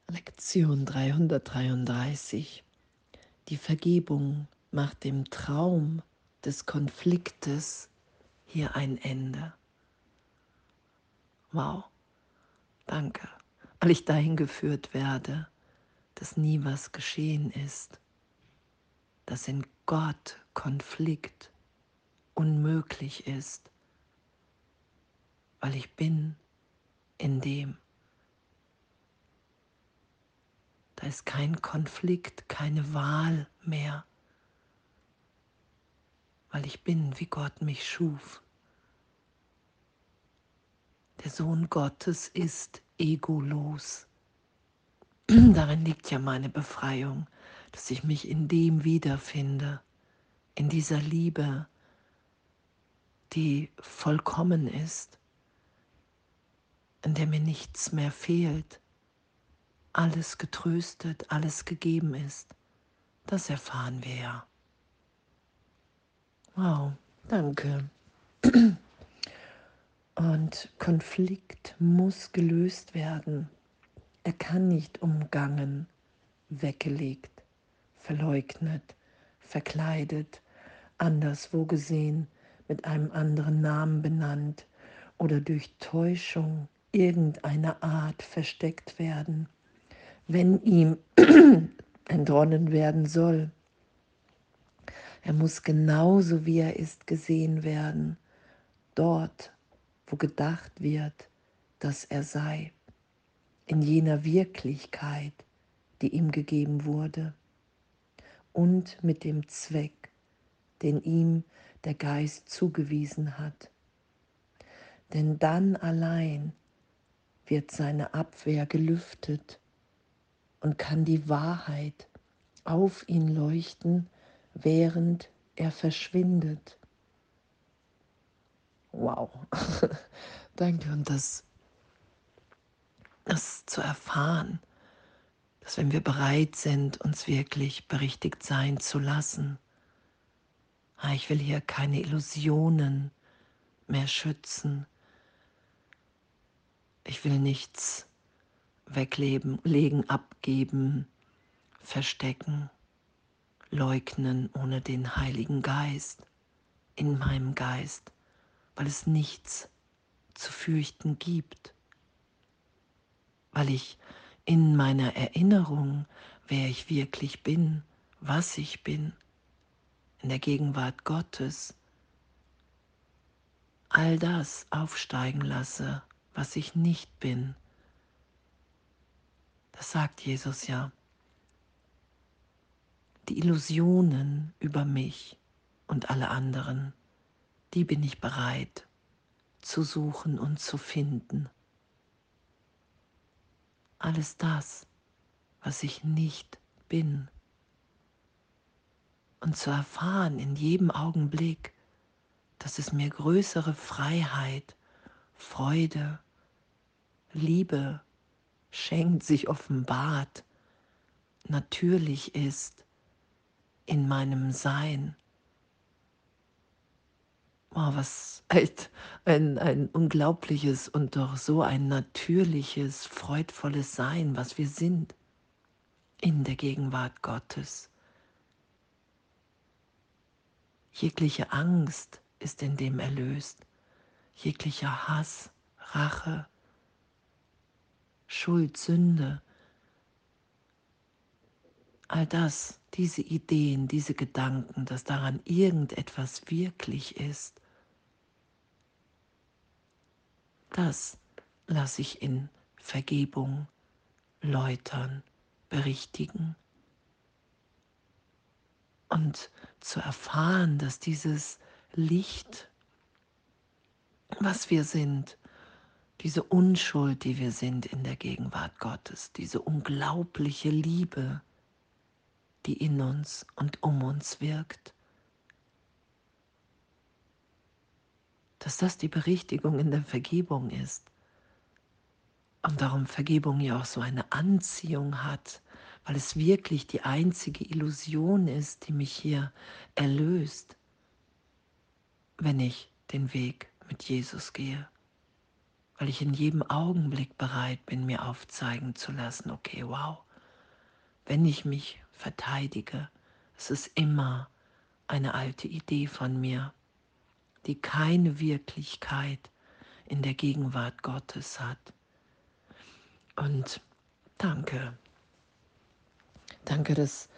Lektion 333. Die Vergebung macht dem Traum des Konfliktes hier ein Ende. Wow, danke, weil ich dahin geführt werde, dass nie was geschehen ist, dass in Gott Konflikt unmöglich ist, weil ich bin in dem. Da ist kein Konflikt, keine Wahl mehr, weil ich bin, wie Gott mich schuf. Der Sohn Gottes ist egolos. Darin liegt ja meine Befreiung, dass ich mich in dem wiederfinde, in dieser Liebe, die vollkommen ist, in der mir nichts mehr fehlt, alles getröstet, alles gegeben ist. Das erfahren wir ja. Wow, danke. Und Konflikt muss gelöst werden. Er kann nicht umgangen, weggelegt, verleugnet, verkleidet, anderswo gesehen, mit einem anderen Namen benannt oder durch Täuschung irgendeiner Art versteckt werden, wenn ihm entronnen werden soll. Er muss genauso wie er ist gesehen werden, dort, wo gedacht wird, dass er sei, in jener Wirklichkeit, die ihm gegeben wurde, und mit dem Zweck, den ihm der Geist zugewiesen hat. Denn dann allein wird seine Abwehr gelüftet und kann die Wahrheit auf ihn leuchten, während er verschwindet. Wow, danke. Und das zu erfahren, dass wenn wir bereit sind, uns wirklich berichtigt sein zu lassen, ich will hier keine Illusionen mehr schützen, ich will nichts weglegen, abgeben, verstecken, leugnen ohne den Heiligen Geist in meinem Geist, weil es nichts zu fürchten gibt, weil ich in meiner Erinnerung, wer ich wirklich bin, was ich bin, in der Gegenwart Gottes, all das aufsteigen lasse, was ich nicht bin. Das sagt Jesus ja. Die Illusionen über mich und alle anderen, die bin ich bereit zu suchen und zu finden. Alles das, was ich nicht bin. Und zu erfahren in jedem Augenblick, dass es mir größere Freiheit, Freude, Liebe schenkt, sich offenbart, natürlich ist in meinem Sein. Oh, was echt ein unglaubliches und doch so ein natürliches, freudvolles Sein, was wir sind in der Gegenwart Gottes. Jegliche Angst ist in dem erlöst, jeglicher Hass, Rache, Schuld, Sünde, all das, diese Ideen, diese Gedanken, dass daran irgendetwas wirklich ist, das lasse ich in Vergebung läutern, berichtigen. Und zu erfahren, dass dieses Licht, was wir sind, diese Unschuld, die wir sind in der Gegenwart Gottes, diese unglaubliche Liebe, die in uns und um uns wirkt, dass das die Berichtigung in der Vergebung ist. Und darum Vergebung ja auch so eine Anziehung hat, weil es wirklich die einzige Illusion ist, die mich hier erlöst, wenn ich den Weg mit Jesus gehe. weil ich in jedem Augenblick bereit bin, mir aufzeigen zu lassen, okay, wow, wenn ich mich verteidige, es ist immer eine alte Idee von mir, die keine Wirklichkeit in der Gegenwart Gottes hat. Und danke, danke,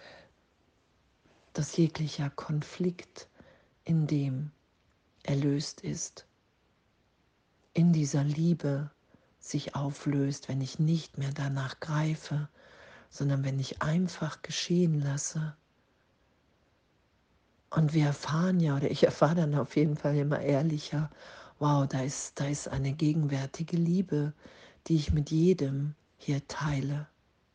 dass jeglicher Konflikt in dem erlöst ist, in dieser Liebe sich auflöst, wenn ich nicht mehr danach greife, sondern wenn ich einfach geschehen lasse. Und wir erfahren ja, oder ich erfahre dann auf jeden Fall immer ehrlicher, wow, da ist eine gegenwärtige Liebe, die ich mit jedem hier teile.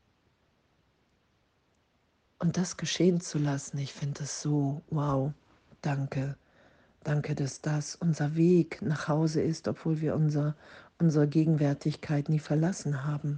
Und das geschehen zu lassen, ich finde das so, wow, danke. Danke, dass das unser Weg nach Hause ist, obwohl wir unsere Gegenwärtigkeit nie verlassen haben.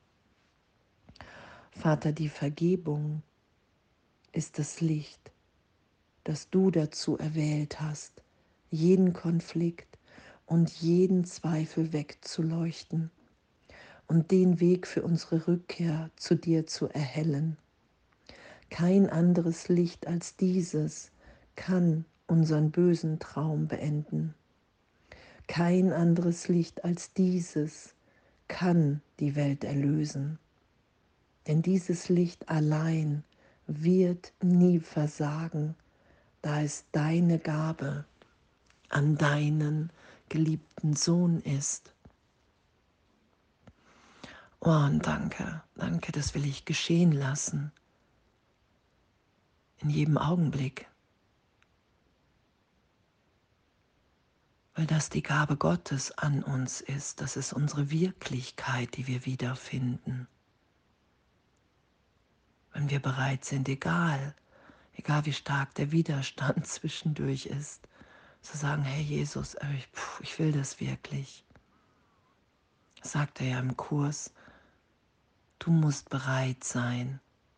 Vater, die Vergebung ist das Licht, das du dazu erwählt hast, jeden Konflikt und jeden Zweifel wegzuleuchten und den Weg für unsere Rückkehr zu dir zu erhellen. Kein anderes Licht als dieses kann unseren bösen Traum beenden. Kein anderes Licht als dieses kann die Welt erlösen. Denn dieses Licht allein wird nie versagen, da es deine Gabe an deinen geliebten Sohn ist. Oh, und danke, danke, das will ich geschehen lassen, in jedem Augenblick, weil das die Gabe Gottes an uns ist, das ist unsere Wirklichkeit, die wir wiederfinden. Wenn wir bereit sind, egal wie stark der Widerstand zwischendurch ist, zu sagen, hey Jesus, ich will das wirklich. Das sagt er ja im Kurs, du musst bereit sein,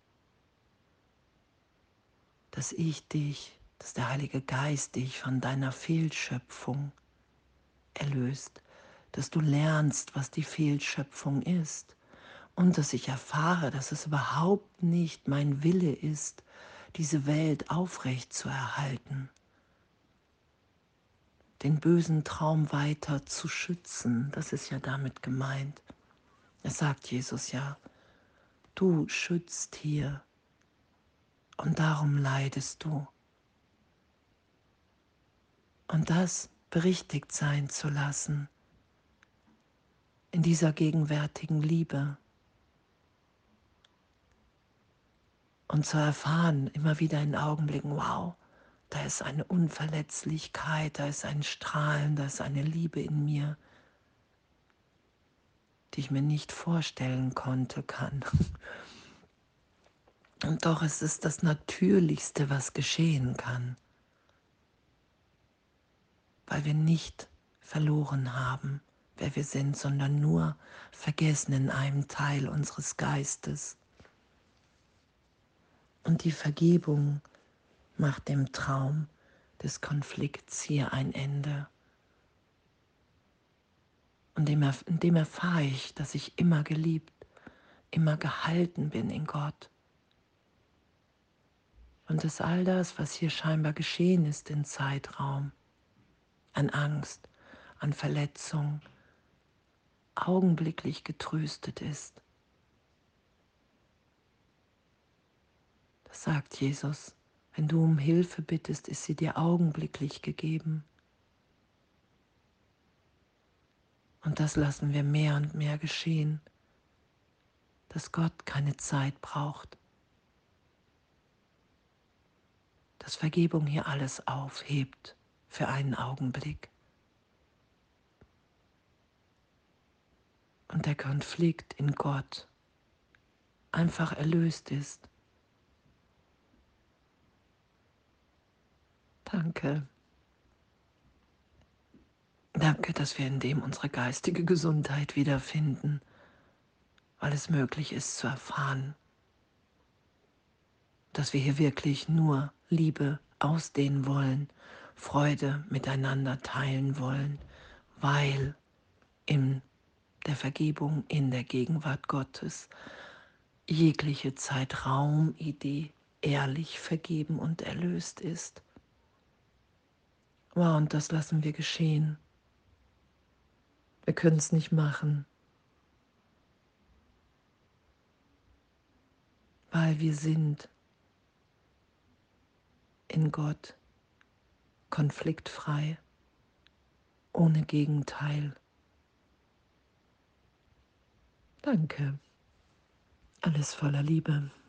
dass der Heilige Geist dich von deiner Fehlschöpfung erlöst, dass du lernst, was die Fehlschöpfung ist und dass ich erfahre, dass es überhaupt nicht mein Wille ist, diese Welt aufrecht zu erhalten, den bösen Traum weiter zu schützen, das ist ja damit gemeint. Es sagt Jesus ja, du schützt hier und darum leidest du. Und das berichtigt sein zu lassen in dieser gegenwärtigen Liebe und zu erfahren, immer wieder in Augenblicken, wow, da ist eine Unverletzlichkeit, da ist ein Strahlen, da ist eine Liebe in mir, die ich mir nicht vorstellen kann. Und doch ist es das Natürlichste, was geschehen kann, weil wir nicht verloren haben, wer wir sind, sondern nur vergessen in einem Teil unseres Geistes. Und die Vergebung macht dem Traum des Konflikts hier ein Ende. Und in dem erfahre ich, dass ich immer geliebt, immer gehalten bin in Gott. Und dass all das, was hier scheinbar geschehen ist im Zeitraum, an Angst, an Verletzung, augenblicklich getröstet ist. Das sagt Jesus. Wenn du um Hilfe bittest, ist sie dir augenblicklich gegeben. Und das lassen wir mehr und mehr geschehen, dass Gott keine Zeit braucht, dass Vergebung hier alles aufhebt für einen Augenblick. Und der Konflikt in Gott einfach erlöst ist. Danke. Danke, dass wir in dem unsere geistige Gesundheit wiederfinden, weil es möglich ist zu erfahren, dass wir hier wirklich nur Liebe ausdehnen wollen, Freude miteinander teilen wollen, weil in der Vergebung, in der Gegenwart Gottes, jegliche Zeitraumidee ehrlich vergeben und erlöst ist. Wow, und das lassen wir geschehen. Wir können es nicht machen, weil wir sind in Gott konfliktfrei, ohne Gegenteil. Danke. Alles voller Liebe.